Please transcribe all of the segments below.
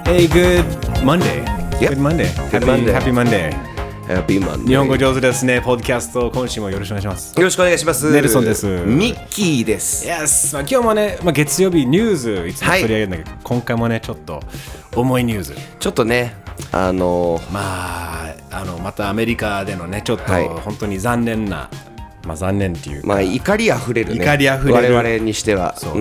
Hey, good Monday. Yep. Good Monday. Good Monday. Happy Monday. Happy Monday。 日本語上手ですね。ポッドキャスト、今週もよろしくお願いします。 よろしくお願いします。 ネルソンです。 ミッキーです。 Yes! 今日もね、月曜日ニュースいつも取り上げるんだけど、今回もね、ちょっと重いニュース。 ちょっとね、 またアメリカでのね、ちょっと本当に残念な、残念っていうか、 怒りあふれるね。 怒りあふれる。 我々にしては。 そう、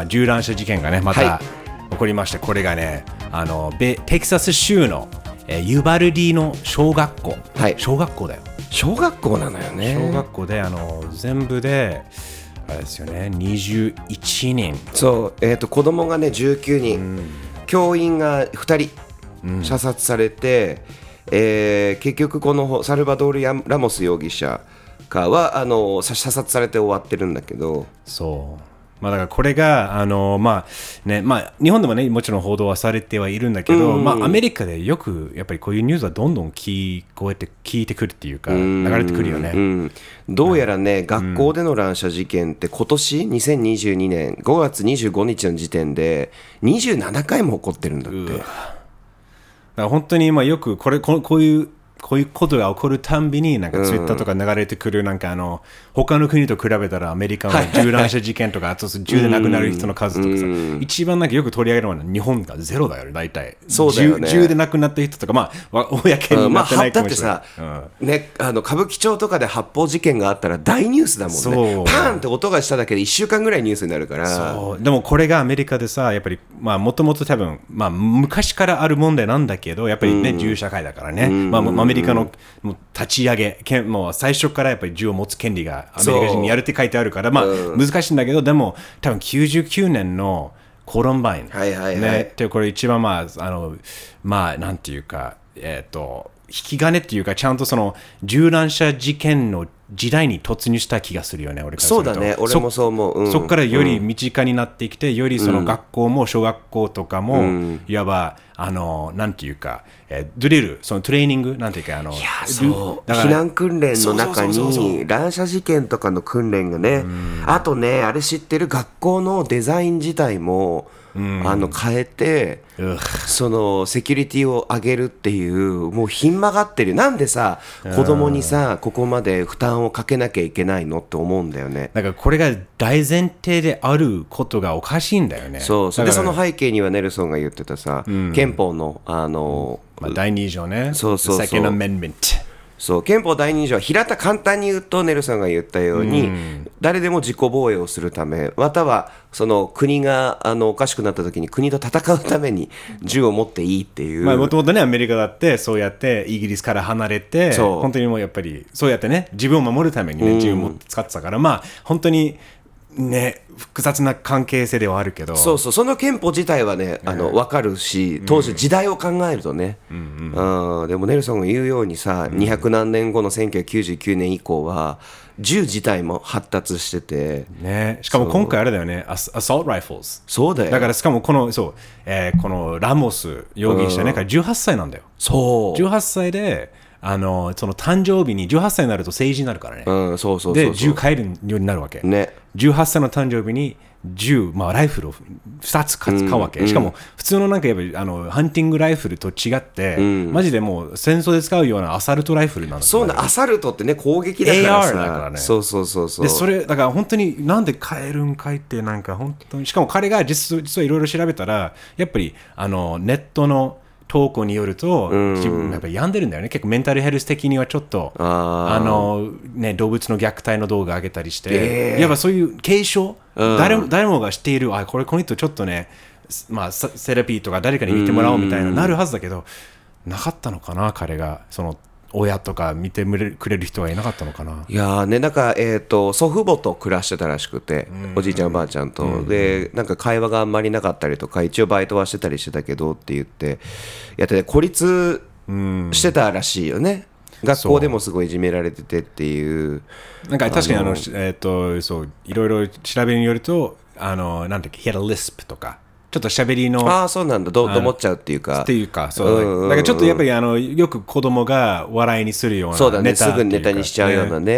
銃乱射事件がね、また起こりまして、これがね、テキサス州のユバルディの小学校、小学校だよ。 小学校なのよね。 小学校で全部であれですよね、21人。 そう、子供がね19人、教員が2人射殺されて、結局このサルバドール・ラモス容疑者は射殺されて終わってるんだけど、 そうだからこれが日本でもねもちろん報道はされてはいるんだけど、アメリカでよくやっぱりこういうニュースはどんどん聞いてくるっていうか流れてくるよね。 どうやらね、学校での乱射事件って今年2022年5月25日の時点で27回も起こってるんだって。 だから本当によくこういうことが起こるたんびになんかツイッターとか流れてくるなんか他の国と比べたらアメリカの銃乱射事件とかあと銃で亡くなる人の数とかさ、一番なんかよく取り上げるのは日本がゼロだよね大体。 そうだよね。 銃で亡くなった人とか公になってないかもしれない。 だってさ、ね、歌舞伎町とかで発砲事件があったら大ニュースだもんね。パーンって音がしただけで1週間ぐらいニュースになるから。 そうでもこれがアメリカでさやっぱりもともと多分昔からある問題なんだけどやっぱりね、銃社会だからね、アメリカの立ち上げもう最初からやっぱり銃を持つ権利がアメリカ人にやるって書いてあるから難しいんだけど、でも多分99年のコロンバイン、ってこれ一番なんていうか引き金っていうかちゃんとその銃乱射事件の時代に突入した気がするよね。俺からするとそうだね、俺もそう思う。 そこからより身近になってきて、よりその学校も小学校とかも、いわばなんていうか、ドリル、そのトレーニングなんていうか避難訓練の中に乱射事件とかの訓練がね、あとねあれ知ってる、学校のデザイン自体も変えて、そのセキュリティを上げるっていう、もうひん曲がってる。なんでさ子供にさここまで負担をかけなきゃいけないのって思うんだよね。 だからこれが大前提であることがおかしいんだよね。 そうでその背景にはネルソンが言ってたさ、憲法の第2条ね。 Second Amendment。 そう憲法第2条は簡単に言うとネルソンが言ったように、誰でも自己防衛をするため、またはその国がおかしくなった時に国と戦うために銃を持っていいっていう。 もともとねアメリカだってそうやってイギリスから離れて本当にもうやっぱりそうやってね自分を守るためにね、銃を持って使ってたから本当にね複雑な関係性ではあるけど、 その憲法自体はね分かるし、当時時代を考えるとね、でもネルソンが言うようにさ、200何年後の1999年以降は銃自体も発達してて、 ね、しかも今回あれだよね、assault rifles。 そうだよ。 だからしかもこのラモス容疑者ね、18歳なんだよ。 そう 18歳でその誕生日に18歳になると成人になるからね。で銃買えるようになるわけ、 ね、 18歳の誕生日にライフルを2つ買うわけ、しかも普通のなんかやっぱりハンティングライフルと違って、マジでもう戦争で使うようなアサルトライフルなんだ。 そうな、アサルトってね攻撃だからさ、 AR だからね。 そうでそれだから本当になんで買えるんかいってなんか本当に、しかも彼が実はいろいろ調べたらやっぱりネットの投稿によると、やっぱり病んでるんだよね。結構メンタルヘルス的にはちょっと動物の虐待の動画上げたりして、やっぱそういう軽症、誰もが知っている、この人ちょっとね、セラピーとか誰かに見てもらおうみたいななるはずだけど、なかったのかな。彼がその親とか見てくれる人がいなかったのかな。 いやね、なんか祖父母と暮らしてたらしくて、おじいちゃんおばあちゃんと、でなんか会話があんまりなかったりとか、一応バイトはしてたりしてたけどって言ってやってて、孤立してたらしいよね。学校でもすごいいじめられててっていう。 なんか確かにそういろいろ調べによるとなんだっけ、he had a lisp とかちょっと喋りのそうなんだ、どもっちゃうっていうかそう、だからちょっとやっぱりよく子供が笑いにするようなそうだね、すぐネタにしちゃうようなね。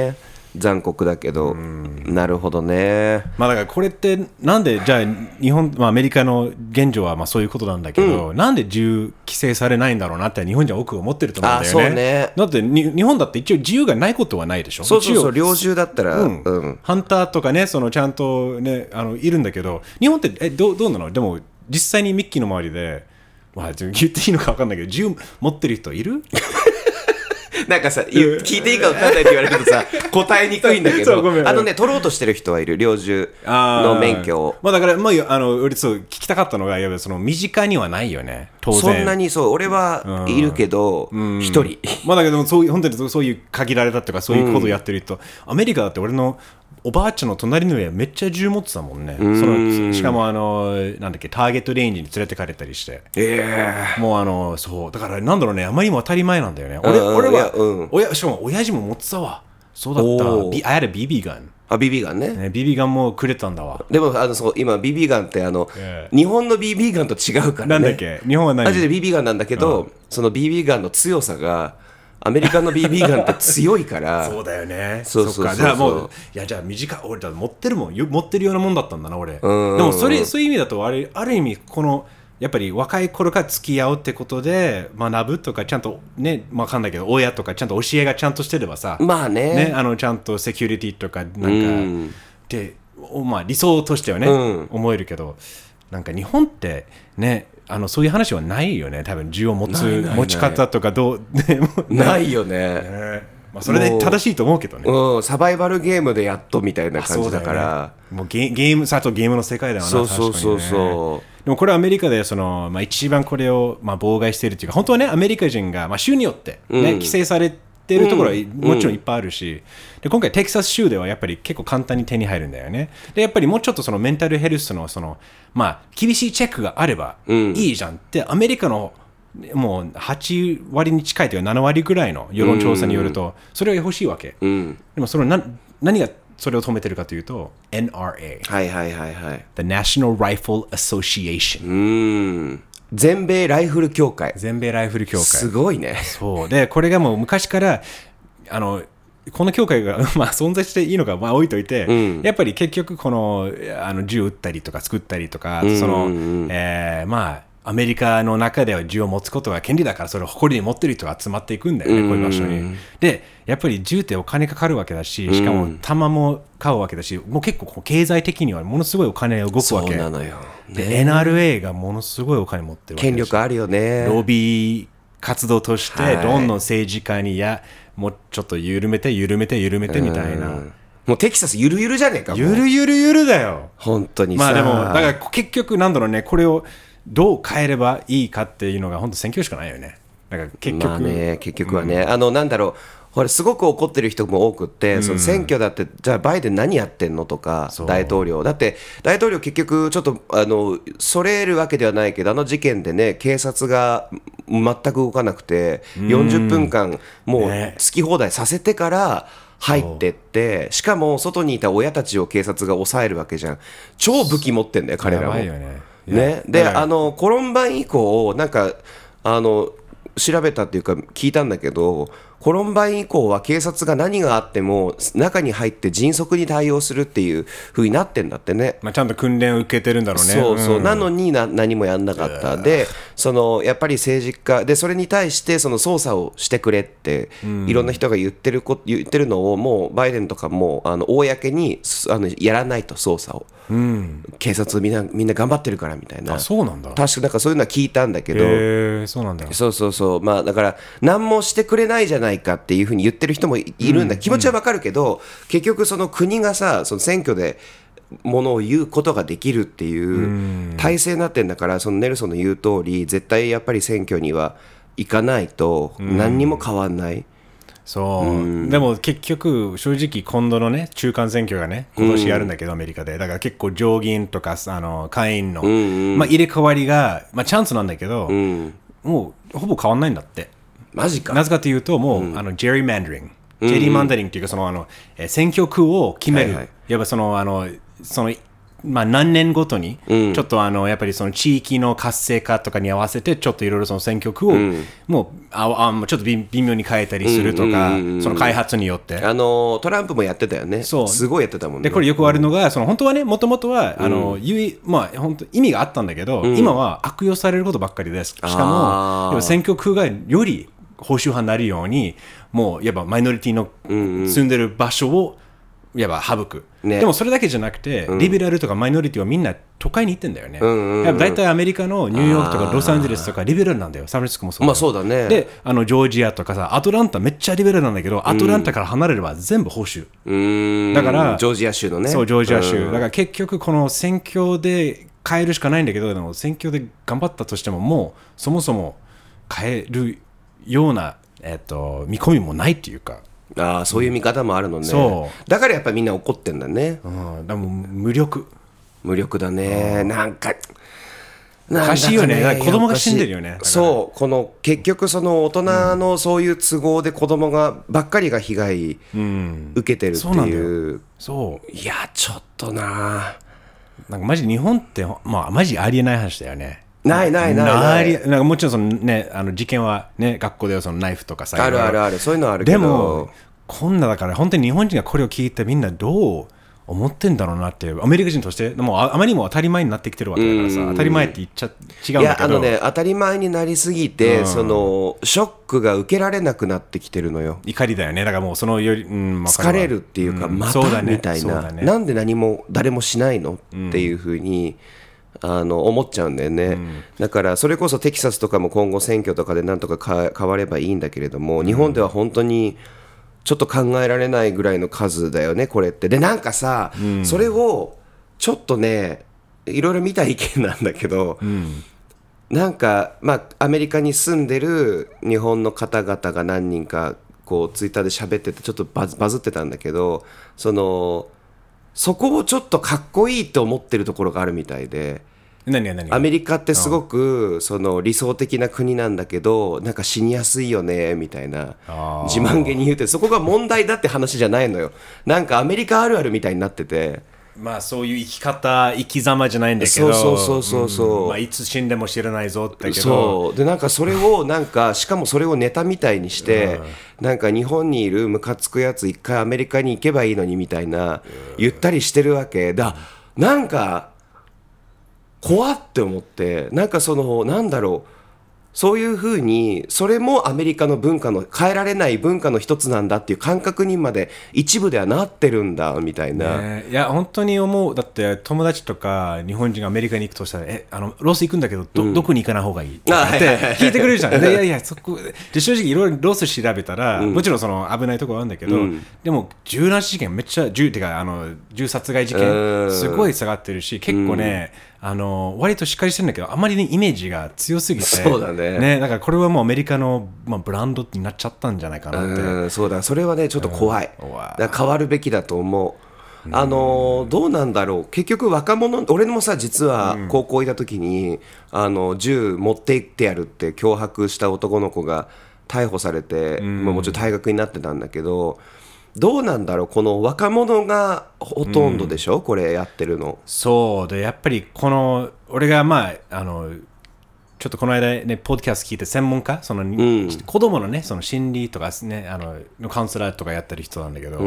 残酷だけど、なるほどね。 まあだからこれってなんでじゃあ日本、アメリカの現状はまあそういうことなんだけど、なんで銃規制されないんだろうなって日本人は多く思ってると思うんだよね。 そうね。 だって日本だって一応自由がないことはないでしょ。 そう猟銃だったら、 ハンターとかね、そのちゃんとねいるんだけど、日本ってどうなの？でも実際にミッキーの周りで、まあ言っていいのか分かんないけど銃持ってる人いる？ なんかさ、聞いていいか分かんないって言われるとさ、答えにくいんだけど、取ろうとしてる人はいる、猟銃の免許を。 まあだから、俺そう聞きたかったのが、やっぱその身近にはないよね、当然。 そんなに俺はいるけど、一人。 まあだけど、本当にそういう限られたとか、そういうことをやってる人、アメリカだって俺のおばあちゃんの隣の家めっちゃ銃持ってたもんね。しかもなんだっけ、ターゲットレンジに連れてかれたりして。もうそうだからなんだろうね、あまりにも当たり前なんだよね。俺はしかも親父も持ってたわ。そうだった。I had a BB gun。 BB ガンね。 BB ガンもくれたんだわ。 でも今 BB ガンって日本の BB ガンと違うからね。 なんだっけ？日本は何？ マジで BB ガンなんだけど、その BB ガンの強さがアメリカの BB ガンって強いからそうだよね。 そうじゃあもうじゃあ短い、俺だ持ってるようなもんだったんだな俺。でもそういう意味だとある意味このやっぱり若い頃から付き合うってことで学ぶとかちゃんとね、わかんないけど親とかちゃんと教えがちゃんとしてればさ、 まあね、 ちゃんとセキュリティとかなんかで、まあ理想としてはね、思えるけど、なんか日本ってね、そういう話はないよね。多分銃を持ち方とかないよね。 まあそれで正しいと思うけどね。 サバイバルゲームでやっとみたいな感じだから。 もうゲームの世界だよな。 そう。 でもこれはアメリカで一番これを妨害しているというか、本当はねアメリカ人が州によって規制されているところはもちろんいっぱいあるし、で今回テキサス州ではやっぱり結構簡単に手に入るんだよね。でやっぱりもうちょっとそのメンタルヘルスの厳しいチェックがあればいいじゃんってアメリカのもう8割に近いというか7割ぐらいの世論調査によるとそれが欲しいわけ。でも何がそれを止めてるかというと NRA、The National Rifle Association、 全米ライフル協会。 すごいね。 そうでこれがもう昔からこの協会が存在していいのか置いといて、やっぱり結局この銃撃ったりとか作ったりとか、アメリカの中では銃を持つことが権利だから、それを誇りに持ってる人が集まっていくんだよね、こういう場所に。でやっぱり銃ってお金かかるわけだし、しかも弾も買うわけだし、もう結構経済的にはものすごいお金が動くわけ。 そうなのよ、 で NRA がものすごいお金持ってるわけ権力あるよね。 ロビー活動としてどんどん政治家にもうちょっと緩めてみたいな。 もうテキサスゆるゆるじゃねえか。 ゆるだよ本当にさ。 まあでもだから結局なんだろうね、これをどう変えればいいかっていうのが本当選挙しかないよね。だから結局はね、なんだろう、これすごく怒ってる人も多くって、その選挙だってじゃあバイデン何やってんのとか、大統領だって大統領結局ちょっとそれるわけではないけど、事件でね警察が全く動かなくて40分間もう好き放題させてから入ってって、しかも外にいた親たちを警察が抑えるわけじゃん。超武器持ってんだよ彼らも。ね、でコロンバン以降なんか調べたっていうか聞いたんだけど、コロンバイン以降は警察が何があっても中に入って迅速に対応するっていう風になってんだってね。 ちゃんと訓練を受けてるんだろうね。 そう、なのに何もやんなかった。でやっぱり政治家でそれに対して捜査をしてくれっていろんな人が言ってるのをもうバイデンとかも公にやらないと、捜査を。警察みんな頑張ってるからみたいな。 そうなんだ。 確かなんかそういうのは聞いたんだけど。 そうなんだ。 そうまあだから何もしてくれないじゃないかっていうふうに言ってる人もいるんだ。気持ちはわかるけど、結局国がさ選挙でものを言うことができるっていう体制になってんだから、ネルソンの言う通り絶対やっぱり選挙には行かないと何にも変わんない。 でも結局正直今度のね中間選挙がね今年やるんだけど、アメリカでだから結構上議員とか下院の、入れ替わりが、チャンスなんだけど、もうほぼ変わんないんだって。 マジか。 なぜかというともう、ジェリーマンダリングっていうか選挙区を決める、やっぱまあ、何年ごとに、ちょっとやっぱりその地域の活性化とかに合わせて、ちょっといろいろその選曲を、もうちょっと微妙に変えたりするとか、その開発によって。 トランプもやってたよね。そう。すごいやってたもんね。 で、これよくあるのが、その本当はね、もともとは、まあ、本当意味があったんだけど、今は悪用されることばっかりです。しかも、選曲がより保守派になるように、もう、やっぱマイノリティの住んでる場所を、やっぱ省く、でもそれだけじゃなくて、リベラルとかマイノリティはみんな都会に行ってんだよね。大体アメリカのニューヨークとかロサンゼルスとかリベラルなんだよ。サンフランシスコもそうだ。 まあそうだね。 で、ジョージアとかさ、アトランタめっちゃリベラルなんだけど、アトランタから離れれば全部保守。だから、 ジョージア州のね。 そう、ジョージア州。だから結局この選挙で変えるしかないんだけど、でも選挙で頑張ったとしても、もうそもそも変えるような、見込みもないっていうか。 そういう見方もあるのね。だからやっぱりみんな怒ってんだね。 でも無力だね。なんかおかしいよね。子供が死んでるよね。 そう、この結局その大人のそういう都合で子供ばっかりが被害受けてるっていう。いやちょっとなんかマジ日本ってまあマジありえない話だよね。 ないなんかもちろんその、ね、事件は、ね、学校ではそのナイフとかさあるそういうのはあるけど、 でもこんなだから本当に日本人がこれを聞いてみんなどう思ってんだろうなってアメリカ人としてもうあまりにも当たり前になってきてるわけだからさ、当たり前って言っちゃ違うんだけど、 当たり前になりすぎて、そのショックが受けられなくなってきてるのよ。 怒りだよね。だからもうそのより、 疲れるっていうか、またみたいな、なんで何も誰もしないのっていうふうに思っちゃうんだよね。だからそれこそテキサスとかも今後選挙とかでなんとか変わればいいんだけれども、日本では本当にちょっと考えられないぐらいの数だよねこれって。でなんかさ、それをちょっとねいろいろ見た意見なんだけど、なんかまあアメリカに住んでる日本の方々が何人かこうツイッターで喋っててちょっとバズってたんだけど、そこをちょっとかっこいいと思ってるところがあるみたいで、アメリカってすごくその理想的な国なんだけど、なんか死にやすいよねみたいな自慢げに言うて、そこが問題だって話じゃないのよ。なんかアメリカあるあるみたいになってて、 まあそういう生き様じゃないんだけど、 そう、 まあ、いつ死んでも知らないぞってけど、 そうでなんかそれをなんかしかもそれをネタみたいにして、なんか日本にいるムカつくやつ一回アメリカに行けばいいのにみたいな言ったりしてるわけだ。なんか怖って思って、なんかなんだろう、そういうふうにそれもアメリカの文化の変えられない文化の一つなんだっていう感覚にまで一部ではなってるんだみたいな、 いや本当に思う。だって友達とか日本人がアメリカに行くとしたらロス行くんだけど どこに行かない方がいいって聞いてくれるじゃん。いやそこで正直いろいろロス調べたら、もちろんその危ないところはあるんだけど、でも銃乱射事件めっちゃ銃殺害事件すごい下がってるし、結構ね、割としっかりしてるんだけど、あまりにイメージが強すぎて、 そうだね。 だからこれはもうアメリカの、ブランドになっちゃったんじゃないかなって。 そうだ、それはねちょっと怖い。だから変わるべきだと思う。どうなんだろう。結局若者、俺もさ実は高校いた時に、銃持って行ってやるって脅迫した男の子が逮捕されて、もちろん退学になってたんだけど、どうなんだろう、この若者がほとんどでしょ、これやってるの。そうで、やっぱり俺がちょっとこの間ねポッドキャスト聞いて専門家、子供のねその心理とかねのカウンセラーとかやってる人なんだけど、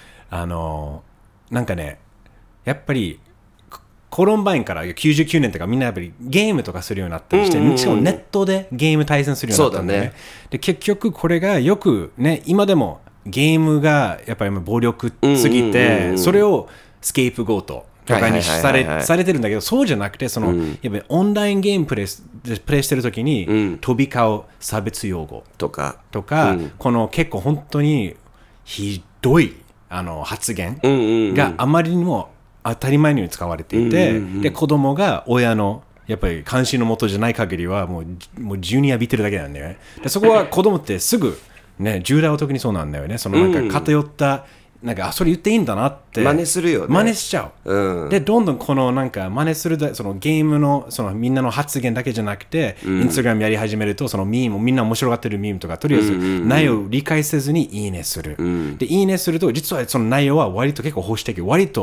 なんかねやっぱりコロンバインから99年とかみんなやっぱりゲームとかするようになったりして、しかもネットでゲーム対戦するようになったんだよね。で結局これがよくね今でもゲームがやっぱり暴力すぎて、それをスケープゴートとかにされてるんだけど、そうじゃなくてやっぱりオンラインゲームプレイしてるときに、飛び交う差別用語とか、この結構本当にひどい発言があまりにも当たり前のように使われていて、で子供が親のやっぱり監視のもとじゃない限りはもう自由に浴びてるだけなんだよね。でそこは子供ってすぐね、10代は特にそうなんだよね。なんか偏ったなんかそれ言っていいんだなって真似するよね。 真似しちゃう、でどんどんなんか真似するそのゲームのみんなの発言だけじゃなくて、インスタグラムやり始めるとそのミームみんな面白がってるミームとかとりあえず内容を理解せずにいいねする、でいいねすると実はその内容は割と結構保守的、割と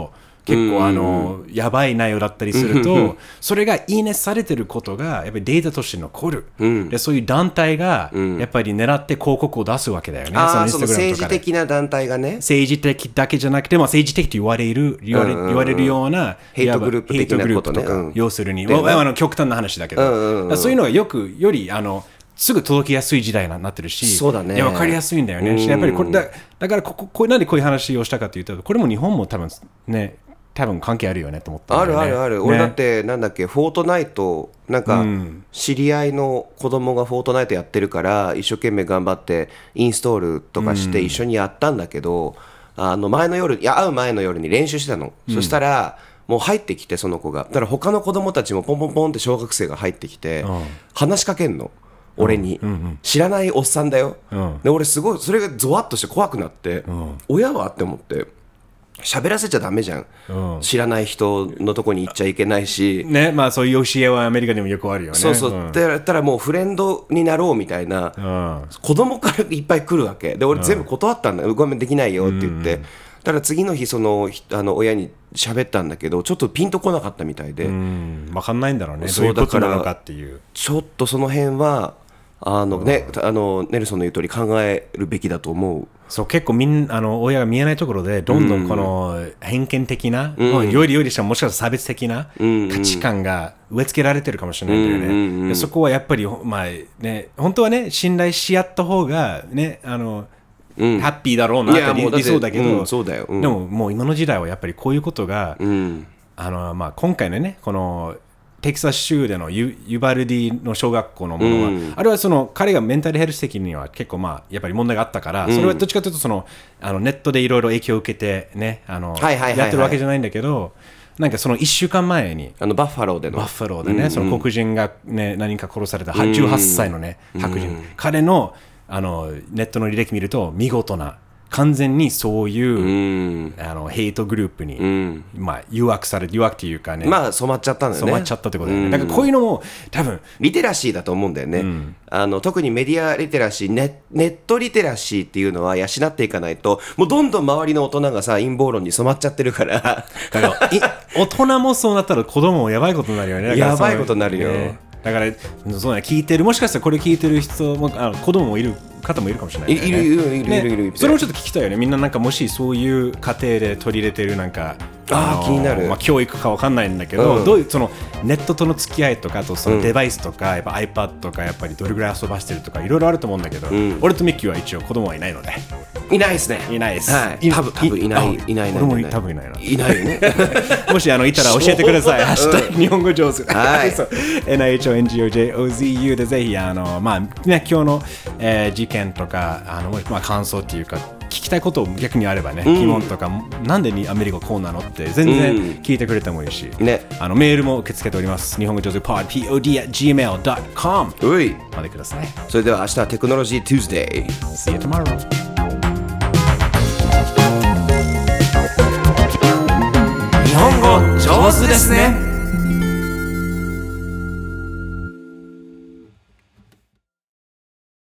結構やばい内容だったりすると、それがいいねされてることがやっぱりデータとして残る、でそういう団体がやっぱり狙って広告を出すわけだよね、 その政治的な団体がね、 政治的だけじゃなくて、政治的と言われるようなヘイトグループ的なことね、 要するに、極端な話だけど、そういうのがよりすぐ届きやすい時代になってるし、 そうだね、 分かりやすいんだよね。やっぱりこれだからなんでこういう話をしたかというと、これも日本も多分関係あるよねと思ったんだよね。 ある、俺だってなんだっけ、フォートナイトなんか知り合いの子供がフォートナイトやってるから一生懸命頑張ってインストールとかして一緒にやったんだけど、会う前の夜に練習してたの、そしたらもう入ってきて、その子がだから他の子供たちもポンポンポンって小学生が入ってきて、話しかけんの俺に、知らないおっさんだよ、で俺すごいそれがゾワッとして怖くなって、親はって思って喋らせちゃダメじゃん、知らない人のとこに行っちゃいけないしね、そういう教えはアメリカでもよくあるよね。 ってやったらもうフレンドになろうみたいな、子供からいっぱい来るわけで、俺全部断ったんだよ、ごめんできないよって言って、だから次の日親に喋ったんだけど、ちょっとピンとこなかったみたいで、 分かんないんだろうね、どういうことなのかっていう。 ちょっとその辺はネルソンの言う通り考えるべきだと思う。 そう結構親が見えないところでどんどんこの偏見的な、よりしたもしかしたら差別的な価値観が植え付けられてるかもしれないんだよね。そこはやっぱり本当はね、信頼し合った方がねハッピーだろうなって理想だけど、でももう今の時代はやっぱりこういうことが、今回のねこのテキサス州でのユバルディの小学校のものは、あれは彼がメンタルヘルス的には結構やっぱり問題があったから、それはどっちかというとネットでいろいろ影響を受けてねやってるわけじゃないんだけど、なんかその1週間前にバッファローでね、 その黒人がね何か殺された18歳のね白人、彼のネットの履歴見ると見事な完全にそういうヘイトグループに誘惑っていうかね、 染まっちゃったんだよね。 染まっちゃったってことだよね。だからこういうのも多分リテラシーだと思うんだよね。特にメディアリテラシー、ネットリテラシーっていうのは養っていかないと、もうどんどん周りの大人がさ陰謀論に染まっちゃってるからだから大人もそうなったら子供もやばいことになるよね。 やばいことになるよ、 だからそうね、聞いてる、もしかしたらこれ聞いてる人も子供もいる方もいるかもしれない、ね、 いるそれもちょっと聞きたいよね。みんななんかもしそういう家庭で取り入れてるなんか気になる、 教育かわかんないんだけど、どういうネットとの付き合いとか、あとそのデバイスとか、やっぱ iPad とかやっぱりどれぐらい遊ばしてるとかいろいろあると思うんだけど、俺とミッキーは一応子供はいないので。 いないですね。 いないです。 多分いない。 俺も多分いないな。 いないよね。 もしいたら教えてください。日本語上手。NIHONGOJOZU でぜひ今日の事件とか感想っていうか聞きたいことを逆にあればね、疑問とかなんでアメリカこうなのって全然聞いてくれてもいいし、メールも受け付けております。日本語上手 pod@gmail.com までください。 それでは明日はテクノロジー Tuesday。 See you tomorrow。 日本語上手ですね。